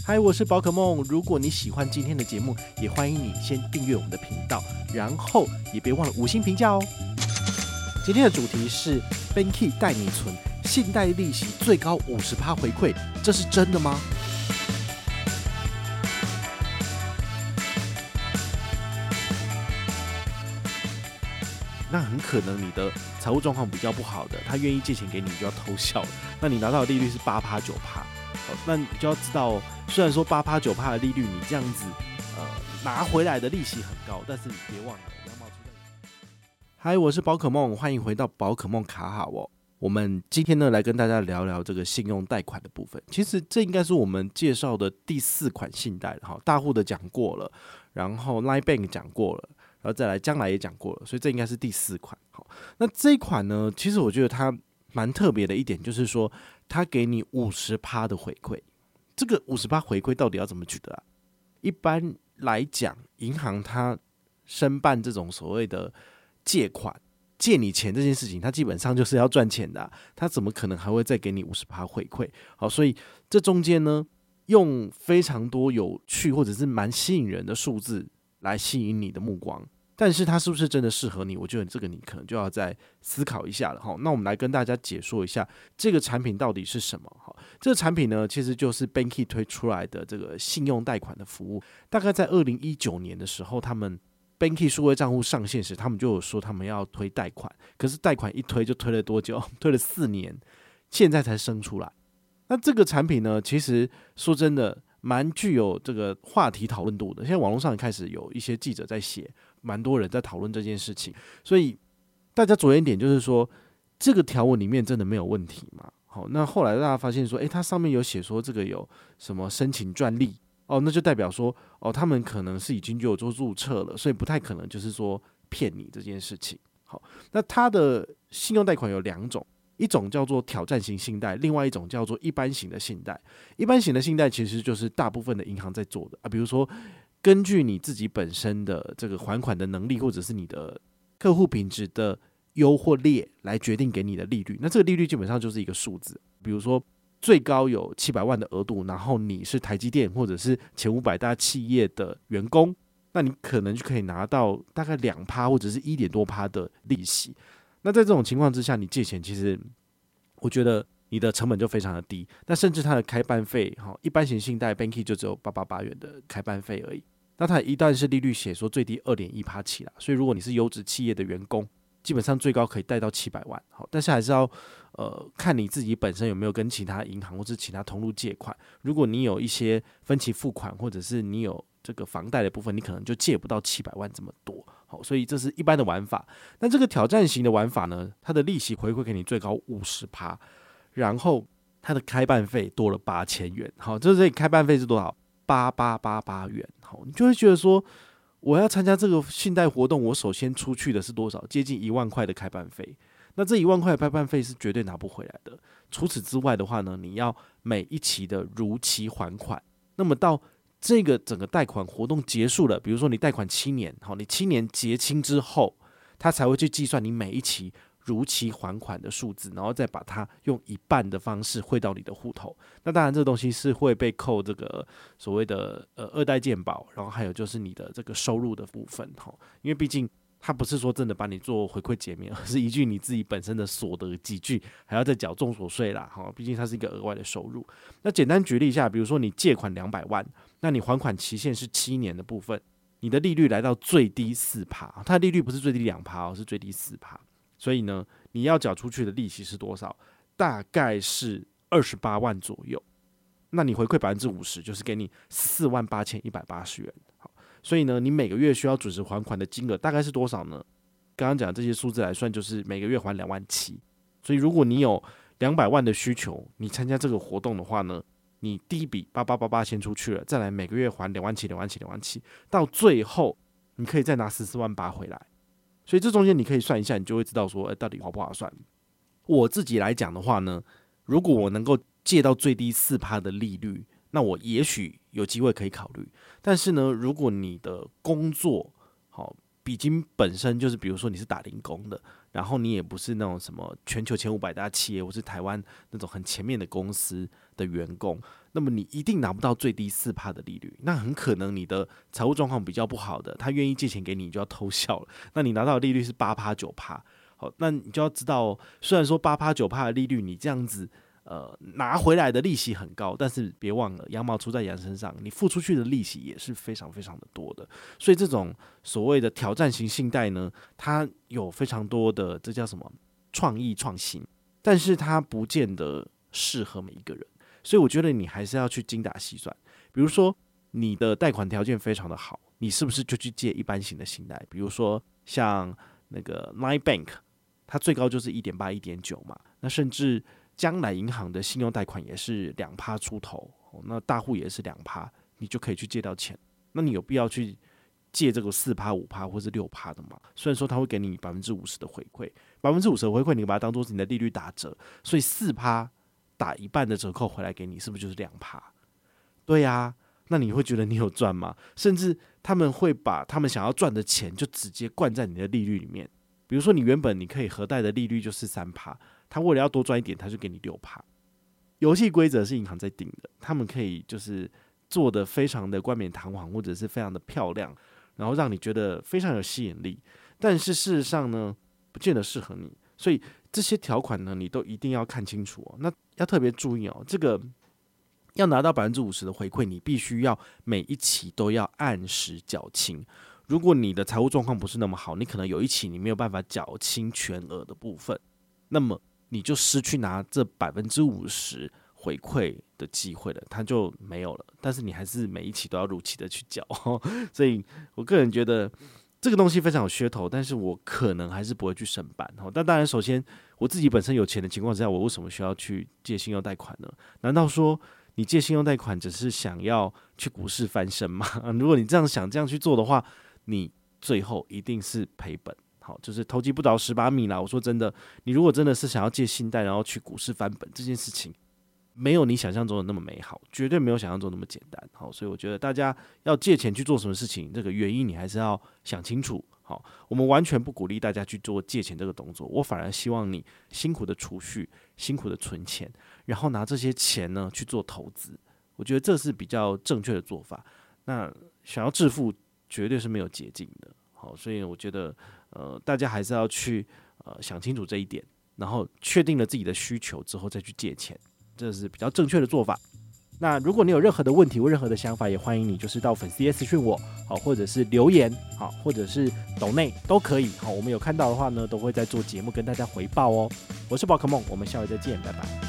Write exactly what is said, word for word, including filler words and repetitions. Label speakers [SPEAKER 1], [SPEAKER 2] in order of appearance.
[SPEAKER 1] 嗨，我是宝可梦。如果你喜欢今天的节目，也欢迎你先订阅我们的频道，然后也别忘了五星评价哦。今天的主题是 Banky 带你存，信贷利息最高 百分之五十 回馈，这是真的吗？那很可能你的财务状况比较不好的，他愿意借钱给你，你就要偷笑了。那你拿到的利率是 百分之八、百分之九， 那你就要知道，虽然说 百分之八、百分之九 的利率，你这样子呃拿回来的利息很高，但是你别忘了羊毛出在羊。嗨，我是宝可梦，欢迎回到宝可梦卡好哦。我们今天呢来跟大家聊聊这个信用贷款的部分。其实这应该是我们介绍的第四款信贷了，大户的讲过了，然后 Line Bank 讲过了。然后再来，将来也讲过了，所以这应该是第四款。好，那这一款呢，其实我觉得它蛮特别的一点，就是说它给你 百分之五十 的回馈。这个 百分之五十 回馈到底要怎么取得啊？一般来讲，银行它申办这种所谓的借款、借你钱这件事情，它基本上就是要赚钱的啊，它怎么可能还会再给你 百分之五十 回馈？好，所以这中间呢，用非常多有趣或者是蛮吸引人的数字来吸引你的目光。但是它是不是真的适合你？我觉得这个你可能就要再思考一下了哈。那我们来跟大家解说一下这个产品到底是什么哈。这个产品呢，其实就是 Banky 推出来的这个信用贷款的服务。大概在二零一九年的时候，他们 Banky 数位账户上线时，他们就有说他们要推贷款，可是贷款一推就推了多久？推了四年，现在才生出来。那这个产品呢，其实说真的，蛮具有这个话题讨论度的。现在网络上开始有一些记者在写。蛮多人在讨论这件事情，所以大家着眼点就是说，这个条文里面真的没有问题吗？好，那后来大家发现说，诶，它上面有写说这个有什么申请专利哦，那就代表说，哦，他们可能是已经就有做注册了，所以不太可能就是说骗你这件事情。好，那它的信用贷款有两种，一种叫做挑战型信贷，另外一种叫做一般型的信贷。一般型的信贷其实就是大部分的银行在做的啊，比如说。根据你自己本身的这个还款的能力，或者是你的客户品质的优或劣来决定给你的利率。那这个利率基本上就是一个数字，比如说最高有七百万的额度，然后你是台积电或者是前五百大企业的员工，那你可能就可以拿到大概 百分之二 或者是一点多%的利息。那在这种情况之下，你借钱其实我觉得你的成本就非常的低，那甚至它的开办费，一般型信贷 Banky 就只有八百八十八元的开办费而已。那它一旦是利率写说最低 二点一%起啦，所以如果你是优质企业的员工，基本上最高可以贷到七百万。好，但是还是要呃看你自己本身有没有跟其他银行或是其他通路借款。如果你有一些分期付款，或者是你有这个房贷的部分，你可能就借不到七百万这么多。好，所以这是一般的玩法。那这个挑战型的玩法呢，它的利息回馈给你最高 百分之五十， 然后它的开办费多了八千元。好，这这开办费是多少？八千八百八十八元。好，你就会觉得说，我要参加这个信贷活动，我首先出去的是多少？接近一万块的开办费。那这一万块的开办费是绝对拿不回来的。除此之外的话呢，你要每一期的如期还款。那么到这个整个贷款活动结束了，比如说你贷款七年，好，你七年结清之后，他才会去计算你每一期如期还款的数字，然后再把它用一半的方式汇到你的户头。那当然，这个东西是会被扣这个所谓的呃二代健保，然后还有就是你的这个收入的部分哈，因为毕竟它不是说真的把你做回馈减免，而是依据你自己本身的所得集聚，还要再缴重所税啦哈，毕竟它是一个额外的收入。那简单举例一下，比如说你借款两百万，那你还款期限是七年的部分，你的利率来到最低 百分之四， 它的利率不是最低 百分之二、哦、是最低 百分之四。所以呢，你要缴出去的利息是多少？大概是二十八万左右。那你回馈 百分之五十， 就是给你四万八千一百八十元。好，所以呢，你每个月需要准时还款的金额大概是多少呢？刚刚讲的这些数字来算，就是每个月还两万七。所以如果你有两百万的需求，你参加这个活动的话呢，你第一笔八八八八先出去了，再来每个月还两万七、两万七、两万七，到最后你可以再拿十四万八回来。所以这中间你可以算一下，你就会知道说，欸，到底划不划算。我自己来讲的话呢，如果我能够借到最低 百分之四 的利率，那我也许有机会可以考虑。但是呢，如果你的工作好比金本身就是，比如说你是打零工的，然后你也不是那种什么全球前五百大企业，或是台湾那种很前面的公司的员工，那么你一定拿不到最低 百分之四 的利率。那很可能你的财务状况比较不好的，他愿意借钱给你，你就要偷笑了。那你拿到的利率是 百分之八、百分之九， 好，那你就要知道，虽然说 百分之八、百分之九 的利率，你这样子。呃，拿回来的利息很高，但是别忘了，羊毛出在羊身上，你付出去的利息也是非常非常的多的。所以这种所谓的挑战型信贷呢，它有非常多的这叫什么创意创新，但是它不见得适合每一个人。所以我觉得你还是要去精打细算。比如说你的贷款条件非常的好，你是不是就去借一般型的信贷？比如说像那个 Line Bank， 它最高就是 一点八、一点九 嘛，那甚至将来银行的信用贷款也是 百分之二 出头，那大户也是 百分之二， 你就可以去借到钱。那你有必要去借这个 百分之四、百分之五 或是 百分之六 的嘛？虽然说它会给你 百分之五十 的回馈， 百分之五十 的回馈你把它当作是你的利率打折，所以 百分之四 打一半的折扣回来给你，是不是就是 百分之二？ 对啊，那你会觉得你有赚吗？甚至他们会把他们想要赚的钱就直接灌在你的利率里面。比如说你原本你可以核贷的利率就是 百分之三，他为了要多赚一点，他就给你 百分之六。 游戏规则是银行在定的，他们可以就是做得非常的冠冕堂皇，或者是非常的漂亮，然后让你觉得非常有吸引力，但是事实上呢，不见得适合你。所以这些条款呢，你都一定要看清楚哦。那要特别注意哦，这个要拿到 百分之五十 的回馈，你必须要每一期都要按时缴清。如果你的财务状况不是那么好，你可能有一期你没有办法缴清全额的部分，那么你就失去拿这 百分之五十 回馈的机会了，它就没有了。但是你还是每一期都要如期的去缴，所以我个人觉得这个东西非常有噱头，但是我可能还是不会去申办。但当然，首先我自己本身有钱的情况之下，我为什么需要去借信用贷款呢？难道说你借信用贷款只是想要去股市翻身吗？如果你这样想这样去做的话，你最后一定是赔本。好，就是投机不着十八米啦。我说真的，你如果真的是想要借信贷，然后去股市翻本这件事情，没有你想象中的那么美好，绝对没有想象中那么简单。好，所以我觉得大家要借钱去做什么事情，这个原因你还是要想清楚。好，我们完全不鼓励大家去做借钱这个动作，我反而希望你辛苦的储蓄，辛苦的存钱，然后拿这些钱呢去做投资。我觉得这是比较正确的做法。那想要致富，绝对是没有捷径的。好，所以我觉得，呃，大家还是要去呃想清楚这一点，然后确定了自己的需求之后再去借钱，这是比较正确的做法。那如果你有任何的问题或任何的想法，也欢迎你就是到粉丝页私讯我，好，或者是留言，好，或者是抖内都可以。好，我们有看到的话呢，都会在做节目跟大家回报哦。我是宝可梦，我们下回再见，拜拜。